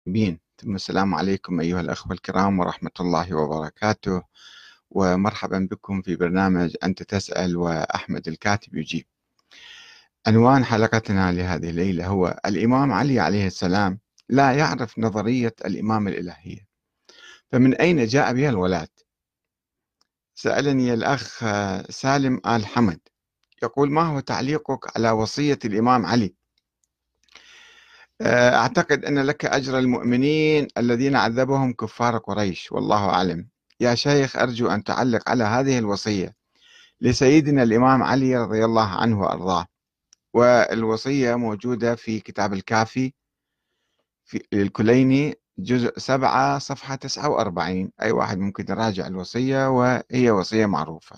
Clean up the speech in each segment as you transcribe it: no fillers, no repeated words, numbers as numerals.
بين ثم السلام عليكم أيها الأخوة الكرام ورحمة الله وبركاته، ومرحبا بكم في برنامج أنت تسأل وأحمد الكاتب يجيب. عنوان حلقتنا لهذه الليلة هو الإمام علي عليه السلام لا يعرف نظرية الإمامة الإلهية، فمن أين جاء بها الولاة؟ سألني الأخ سالم آل حمد، يقول: ما هو تعليقك على وصية الإمام علي؟ أعتقد أن لك أجر المؤمنين الذين عذبهم كفار قريش، والله أعلم. يا شيخ، أرجو أن تعلق على هذه الوصية لسيدنا الإمام علي رضي الله عنه وأرضاه. والوصية موجودة في كتاب الكافي في للكليني جزء 7 صفحة 49. أي واحد ممكن يراجع الوصية، وهي وصية معروفة.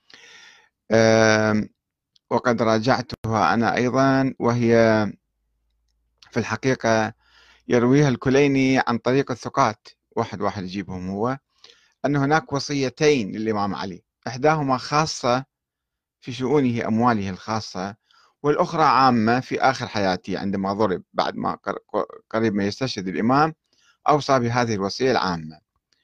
وقد راجعتها أنا أيضا، وهي في الحقيقة يرويها الكليني عن طريق الثقات، واحد يجيبهم هو، أن هناك وصيتين للإمام علي، إحداهما خاصة في شؤونه أمواله الخاصة، والأخرى عامة في آخر حياته عندما ضرب بعد ما قريب ما يستشهد الإمام، أوصى بهذه الوصية العامة.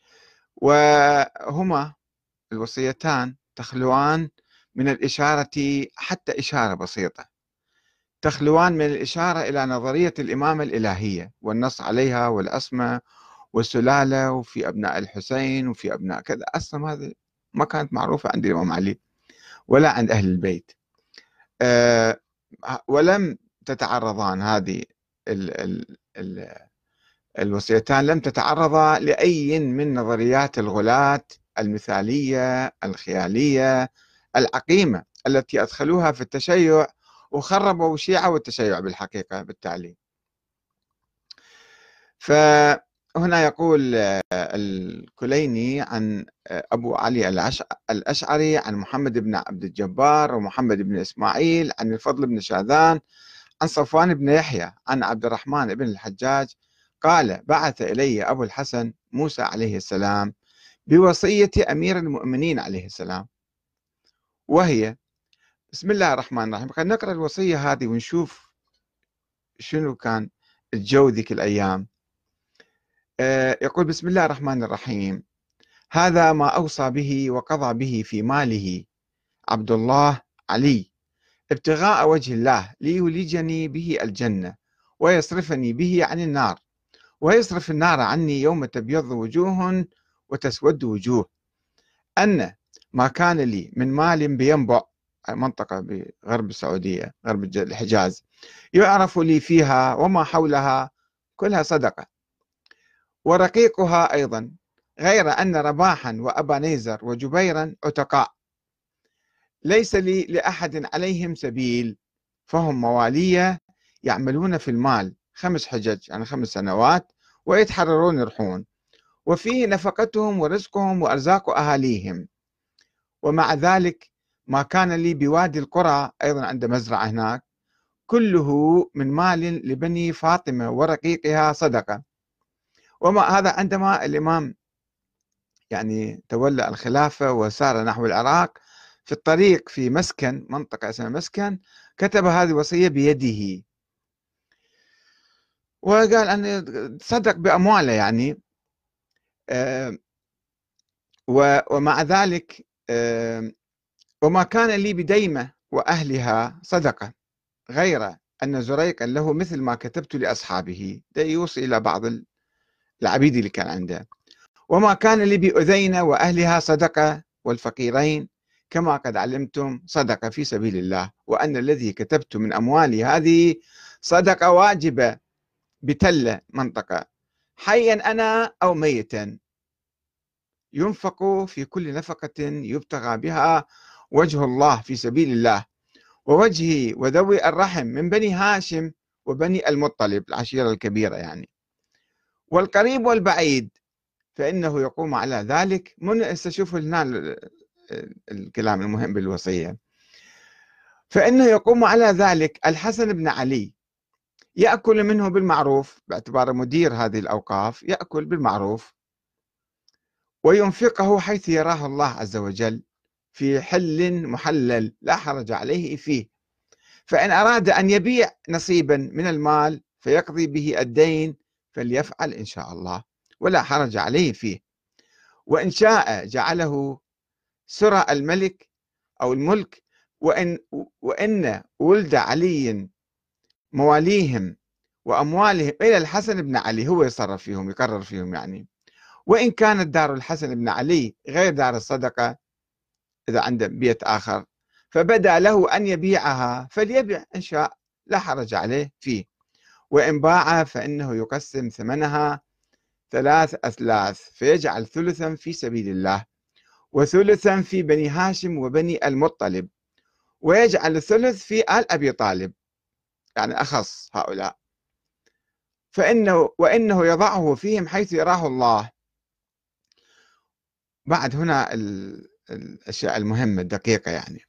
وهما الوصيتان تخلوان من الإشارة، حتى إشارة بسيطة، تخلوان من الإشارة إلى نظرية الإمامة الإلهية والنص عليها والأسماء والسلالة، وفي أبناء الحسين وفي أبناء كذا. أصلا هذه ما كانت معروفة عند الإمام علي ولا عند أهل البيت. أه ولم تتعرضان هذه ال ال ال الوصيتان، لم تتعرضا لأي من نظريات الغلاة المثالية الخيالية العقيمة التي أدخلوها في التشيع وخربوا الشيعة والتشيع بالحقيقة بالتالي. فهنا يقول الكليني عن أبو علي الأشعري عن محمد بن عبد الجبار ومحمد بن إسماعيل عن الفضل بن شاذان عن صفوان بن يحيى عن عبد الرحمن بن الحجاج قال: بعث إلي أبو الحسن موسى عليه السلام بوصية أمير المؤمنين عليه السلام، وهي بسم الله الرحمن الرحيم. خلينا نقرأ الوصية هذه ونشوف شنو كان الجو ذيك الأيام. يقول: بسم الله الرحمن الرحيم. هذا ما أوصى به وقضى به في ماله عبد الله علي ابتغاء وجه الله ليولجني به الجنة ويصرفني به عن النار، ويصرف النار عني يوم تبيض وجوه وتسود وجوه، أن ما كان لي من مال بينبع، منطقة بغرب السعودية غرب الحجاز، يعرف لي فيها وما حولها كلها صدقة، ورقيقها أيضا، غير أن رباحا وأبا نيزر وجبيرا عتقاء، ليس لي لأحد عليهم سبيل، فهم موالية يعملون في المال 5 حجج، يعني 5 سنوات، ويتحررون يرحون، وفيه نفقتهم ورزقهم وأرزاق أهاليهم. ومع ذلك ما كان لي بوادي القرى، أيضا عند مزرعة هناك، كله من مال لبني فاطمة ورقيقها صدقة. وما هذا عندما الإمام يعني تولى الخلافة وسار نحو العراق، في الطريق في مسكن، منطقة اسمها مسكن، كتب هذه الوصية بيده، وقال أن تصدق بأمواله يعني. آه، ومع ذلك وما كان لي بديمة وأهلها صدقة، غير أن زريقا له مثل ما كتبت لأصحابه، ده يوصي إلى بعض العبيد اللي كان عنده. وما كان لي بأذينة وأهلها صدقة، والفقيرين كما قد علمتم صدقة في سبيل الله، وأن الذي كتبت من أموالي هذه صدقة واجبة بتلة منطقة، حيا أنا أو ميتا، ينفق في كل نفقة يبتغى بها وجه الله في سبيل الله ووجهه وذوي الرحم من بني هاشم وبني المطلب، العشيرة الكبيرة يعني، والقريب والبعيد، فإنه يقوم على ذلك. من استشوفوا هنا الكلام المهم بالوصية: فإنه يقوم على ذلك الحسن بن علي، يأكل منه بالمعروف، باعتباره مدير هذه الأوقاف، يأكل بالمعروف، وينفقه حيث يراه الله عز وجل في حل محلل لا حرج عليه فيه، فإن أراد أن يبيع نصيبا من المال فيقضي به الدين فليفعل إن شاء الله ولا حرج عليه فيه، وإن شاء جعله سرى الملك أو الملك، وإن ولد علي مواليهم وأموالهم إلى الحسن بن علي، هو يصرف فيهم يقرر فيهم يعني. وإن كانت دار الحسن بن علي غير دار الصدقة، إذا عنده بيت آخر فبدا له أن يبيعها فليبيع إن شاء، لا حرج عليه فيه. وإن باع فإنه يقسم ثمنها 3 أثلاث، فيجعل ثلثا في سبيل الله، وثلثا في بني هاشم وبني المطلب، ويجعل الثلث في آل أبي طالب، يعني أخص هؤلاء، وإنه يضعه فيهم حيث يراه الله. بعد هنا الأشياء المهمة الدقيقة يعني.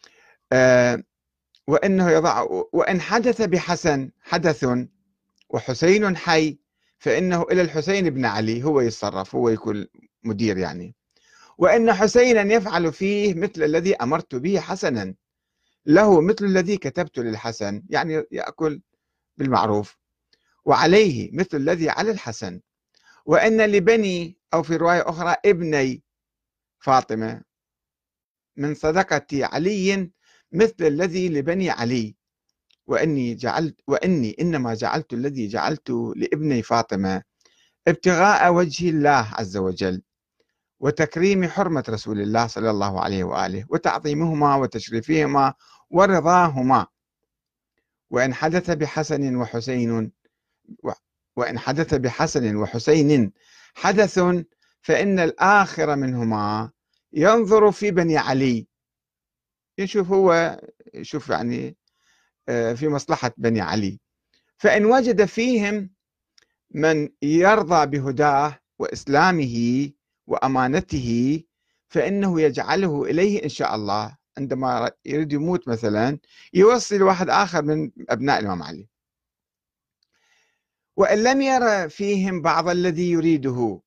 وإنه يضع، وإن حدث بحسن حدث وحسين حي فإنه إلى الحسين بن علي، هو يتصرف، هو يكون مدير يعني. وإن حسينا يفعل فيه مثل الذي أمرت به حسنا، له مثل الذي كتبت للحسن، يعني يأكل بالمعروف، وعليه مثل الذي على الحسن. وإن لبني، أو في رواية أخرى ابني فاطمة، من صدقة علي مثل الذي لبني علي، وإني إنما جعلت الذي جعلت لابني فاطمة ابتغاء وجه الله عز وجل، وتكريم حرمة رسول الله صلى الله عليه وآله، وتعظيمهما وتشريفهما ورضاهما. وإن حدث بحسن وحسين وإن حدث بحسن وحسين حدث فإن الآخر منهما ينظر في بني علي، يشوف هو يشوف يعني في مصلحة بني علي، فإن وجد فيهم من يرضى بهداه وإسلامه وأمانته فإنه يجعله إليه إن شاء الله. عندما يريد يموت مثلا يوصي لواحد آخر من أبناء الإمام علي. وإن لم يرى فيهم بعض الذي يريده،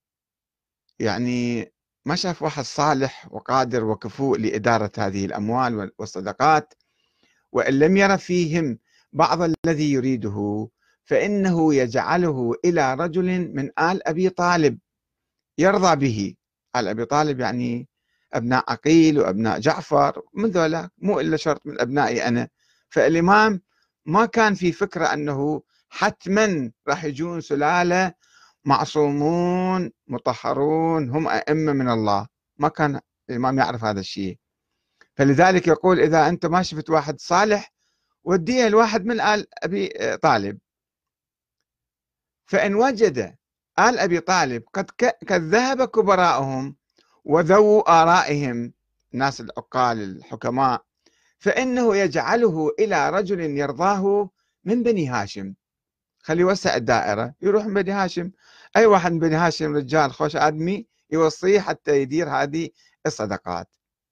يعني ما شاف واحد صالح وقادر وكفؤ لإدارة هذه الأموال والصدقات، وإن لم يرى فيهم بعض الذي يريده فإنه يجعله إلى رجل من آل أبي طالب يرضى به. آل أبي طالب يعني أبناء عقيل وأبناء جعفر، من ذولا مو إلا شرط من أبنائي أنا. فالإمام ما كان في فكرة أنه حتما راح يجون سلالة معصومون مطهرون هم أئمة من الله، ما كان الإمام يعرف هذا الشيء. فلذلك يقول إذا أنت ما شفت واحد صالح وديه الواحد من آل أبي طالب. فإن وجد آل أبي طالب قد ذهب كبراءهم وذو آرائهم، الناس العقال الحكماء، فإنه يجعله إلى رجل يرضاه من بني هاشم. خلي يوسع الدائرة، يروح من بني هاشم، أي واحد من بني هاشم رجال خوش آدمي يوصيه حتى يدير هذه الصدقات.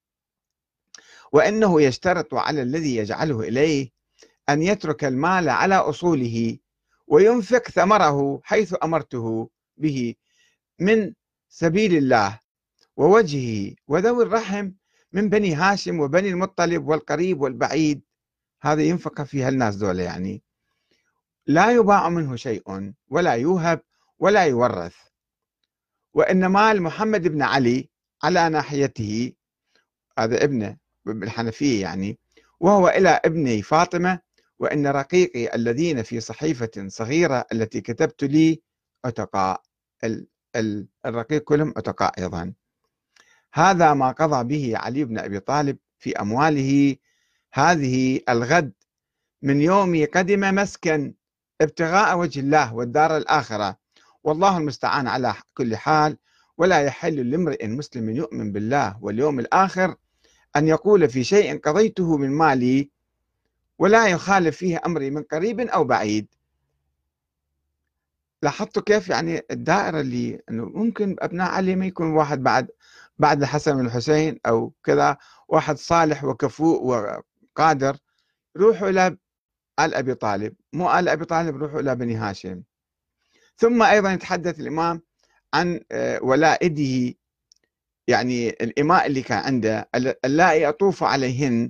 وإنه يشترط على الذي يجعله إليه أن يترك المال على أصوله وينفق ثمره حيث أمرته به من سبيل الله ووجهه، وذوي الرحم من بني هاشم وبني المطلب والقريب والبعيد، هذا ينفق في هالناس دول يعني. لا يباع منه شيء ولا يوهب ولا يورث. وإن مال محمد بن علي على ناحيته، هذا ابنه بالحنفية يعني، وهو إلى ابني فاطمة. وإن رقيقي الذين في صحيفة صغيرة التي كتبت لي عتقاء، الرقيق كلهم عتقاء أيضا. هذا ما قضى به علي بن أبي طالب في أمواله هذه الغد من يوم قدم مسكن ابتغاء وجه الله والدار الآخرة، والله المستعان على كل حال. ولا يحل لامرئ مسلم يؤمن بالله واليوم الآخر أن يقول في شيء قضيته من مالي ولا يخالف فيه أمري من قريب أو بعيد. لاحظتوا كيف يعني الدائرة اللي أنه ممكن أبناء علي ما يكون واحد بعد الحسن والحسين أو كذا واحد صالح وكفؤ وقادر، روحوا إلى آل أبي طالب، مو آل أبي طالب روحوا إلى بني هاشم. ثم أيضا يتحدث الإمام عن ولائده، يعني الإماء اللي كان عنده اللائي يطوف عليهن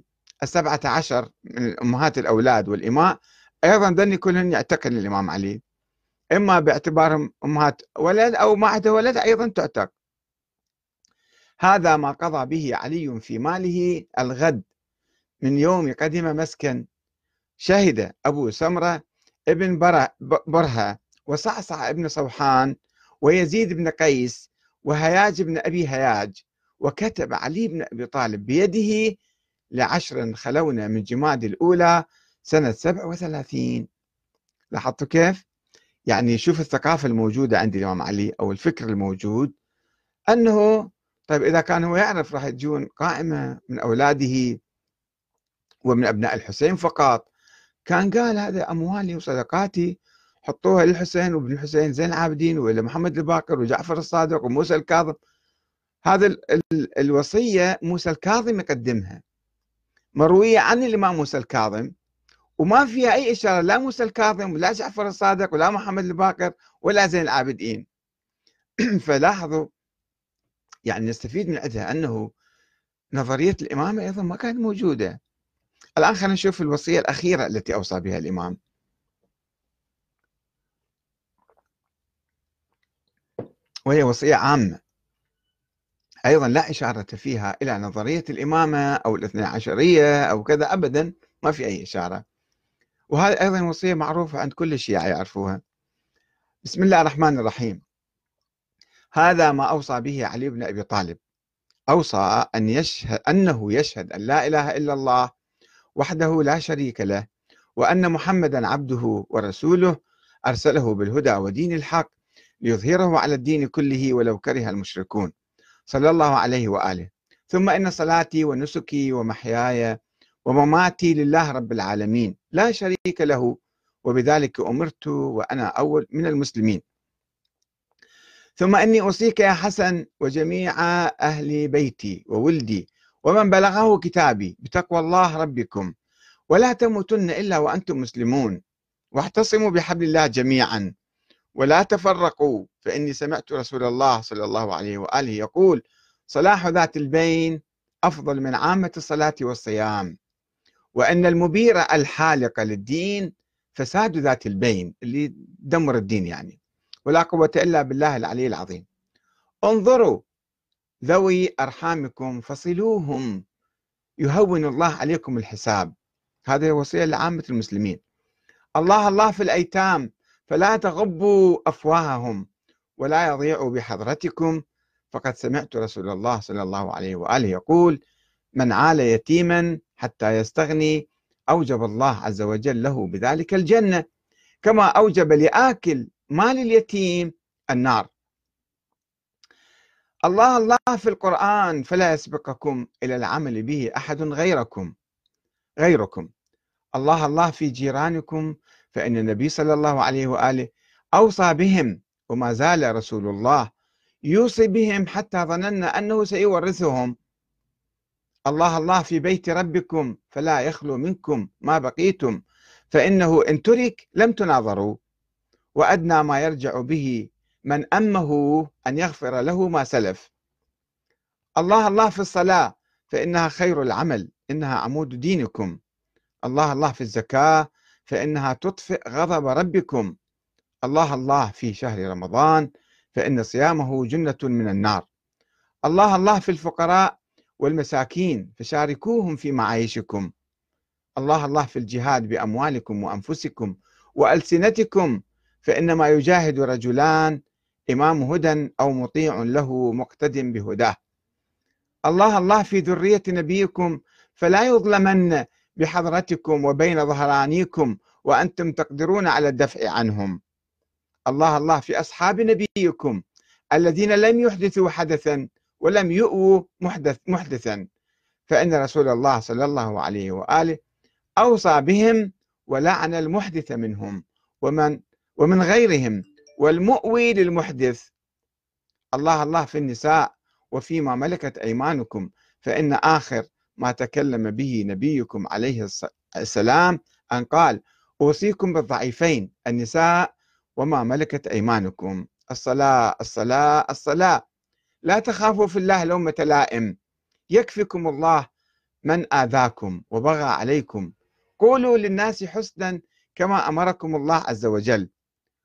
17 من أمهات الأولاد والإماء، أيضا ذني كلهن يعتقل الإمام علي. إما باعتبارهم أمهات ولد أو ما عنده ولد أيضا تعتق. هذا ما قضى به علي في ماله الغد من يوم قدم مسكن. شهد أبو سمرة ابن برهة وصعصع ابن صوحان ويزيد بن قيس وهياج بن أبي هياج، وكتب علي بن أبي طالب بيده ل10 خلونا من جماد الأولى سنة 37. لاحظتوا كيف؟ يعني شوف الثقافة الموجودة عند الإمام علي أو الفكر الموجود، أنه طيب إذا كان هو يعرف راح تجون قائمة من أولاده ومن أبناء الحسين فقط، كان قال هذا أموالي وصدقاتي حطوها للحسين وابن الحسين زين العابدين وإلى محمد الباقر وجعفر الصادق وموسى الكاظم. هذا الوصية موسى الكاظم يقدمها، مروية عن الإمام موسى الكاظم، وما فيها أي إشارة لا موسى الكاظم ولا جعفر الصادق ولا محمد الباقر ولا زين العابدين. فلاحظوا يعني نستفيد من عندها أنه نظرية الإمامة أيضا ما كانت موجودة. الآن خلينا نشوف الوصية الأخيرة التي أوصى بها الإمام، وهي وصية عامة أيضا لا إشارة فيها إلى نظرية الإمامة أو الاثنى عشرية أو كذا أبدا، ما في أي إشارة. وهذه أيضا وصية معروفة عند كل الشيعة يعرفوها. بسم الله الرحمن الرحيم. هذا ما أوصى به علي بن أبي طالب. أوصى أنه يشهد أن لا إله إلا الله وحده لا شريك له، وأن محمدا عبده ورسوله أرسله بالهدى ودين الحق ليظهره على الدين كله ولو كره المشركون، صلى الله عليه وآله. ثم إن صلاتي ونسكي ومحياي ومماتي لله رب العالمين لا شريك له، وبذلك أمرت وأنا أول من المسلمين. ثم إني أوصيك يا حسن وجميع أهل بيتي وولدي ومن بلغه كتابي بتقوى الله ربكم، ولا تموتن إلا وأنتم مسلمون، واعتصموا بحبل الله جميعا ولا تفرقوا، فإني سمعت رسول الله صلى الله عليه وآله يقول: صلاح ذات البين أفضل من عامة الصلاة والصيام، وأن المبير الحالق للدين فساد ذات البين، اللي دمر الدين يعني، ولا قوة إلا بالله العلي العظيم. انظروا ذوي أرحامكم فصلوهم يهون الله عليكم الحساب. هذه وصية لعامة المسلمين. الله الله في الأيتام فلا تغبوا أفواههم ولا يضيعوا بحضرتكم، فقد سمعت رسول الله صلى الله عليه وآله يقول: من عال يتيما حتى يستغني أوجب الله عز وجل له بذلك الجنة، كما أوجب لآكل مال اليتيم النار. الله الله في القرآن فلا يسبقكم إلى العمل به أحد غيركم. الله الله في جيرانكم، فإن النبي صلى الله عليه وآله أوصى بهم، وما زال رسول الله يوصي بهم حتى ظننا أنه سيورثهم. الله الله في بيت ربكم فلا يخلو منكم ما بقيتم، فإنه إن ترك لم تناظروا، وأدنى ما يرجع به من أمه أن يغفر له ما سلف. الله الله في الصلاة فإنها خير العمل، إنها عمود دينكم. الله الله في الزكاة فإنها تطفئ غضب ربكم. الله الله في شهر رمضان فإن صيامه جنة من النار. الله الله في الفقراء والمساكين فشاركوهم في معايشكم. الله الله في الجهاد بأموالكم وأنفسكم وألسنتكم، فإنما يجاهد رجلان: إمام هدى أو مطيع له مقتد بهداه. الله الله في ذرية نبيكم فلا يظلمن بحضرتكم وبين ظهرانيكم وأنتم تقدرون على الدفع عنهم. الله الله في أصحاب نبيكم الذين لم يحدثوا حدثا ولم يؤووا محدثا، فإن رسول الله صلى الله عليه وآله أوصى بهم ولعن المحدث منهم ومن غيرهم والمؤوي للمحدث. الله الله في النساء وفيما ملكت أيمانكم، فإن آخر ما تكلم به نبيكم عليه السلام أن قال: أوصيكم بالضعيفين النساء وما ملكت أيمانكم. الصلاة الصلاة الصلاة، لا تخافوا في الله لومة لائم، يكفيكم الله من آذاكم وبغى عليكم، قولوا للناس حسنا كما أمركم الله عز وجل،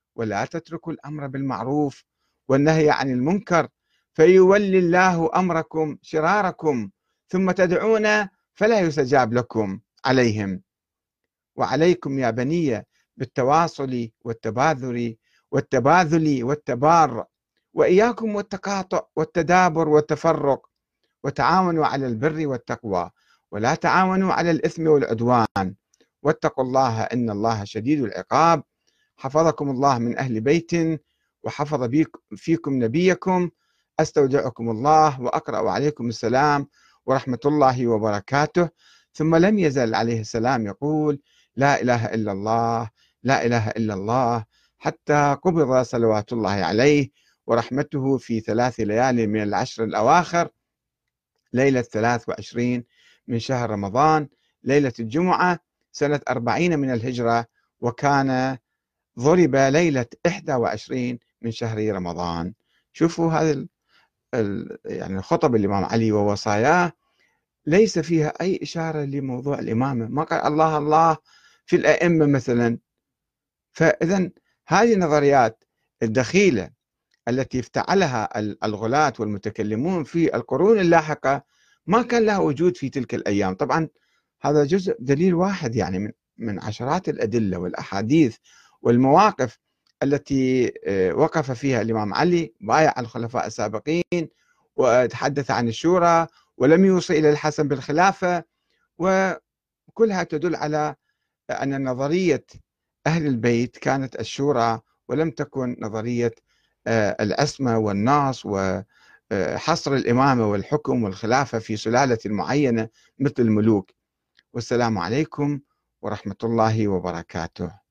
ولا تتركوا الأمر بالمعروف والنهي عن المنكر فيولي الله أمركم شراركم ثم تدعون فلا يستجاب لكم عليهم. وعليكم يا بني بالتواصل والتباذل والتبار، وإياكم والتقاطع والتدابر والتفرق، وتعاونوا على البر والتقوى ولا تعاونوا على الإثم والعدوان، واتقوا الله إن الله شديد العقاب. حفظكم الله من أهل بيت وحفظ فيكم نبيكم. أستودعكم الله وأقرأ عليكم السلام ورحمة الله وبركاته. ثم لم يزل عليه السلام يقول: لا إله إلا الله، لا إله إلا الله، حتى قبض صلوات الله عليه ورحمته في 3 ليال من العشر الأواخر، ليلة 23 من شهر رمضان، ليلة الجمعة، سنة 40 من الهجرة، وكان ضرب ليلة 21 من شهر رمضان. شوفوا هذه يعني خطب الإمام علي ووصاياه ليس فيها أي إشارة لموضوع الإمامة، ما قال الله الله في الأئمة مثلا. فإذا هذه النظريات الدخيلة التي افتعلها الغلاة والمتكلمون في القرون اللاحقة ما كان لها وجود في تلك الأيام. طبعا هذا جزء دليل واحد يعني من عشرات الأدلة والأحاديث والمواقف التي وقف فيها الإمام علي، بايع الخلفاء السابقين وتحدث عن الشورى ولم يوصي إلى الحسن بالخلافة، وكلها تدل على أن نظرية أهل البيت كانت الشورى ولم تكن نظرية العصمة والناص وحصر الإمامة والحكم والخلافة في سلالة معينة مثل الملوك. والسلام عليكم ورحمة الله وبركاته.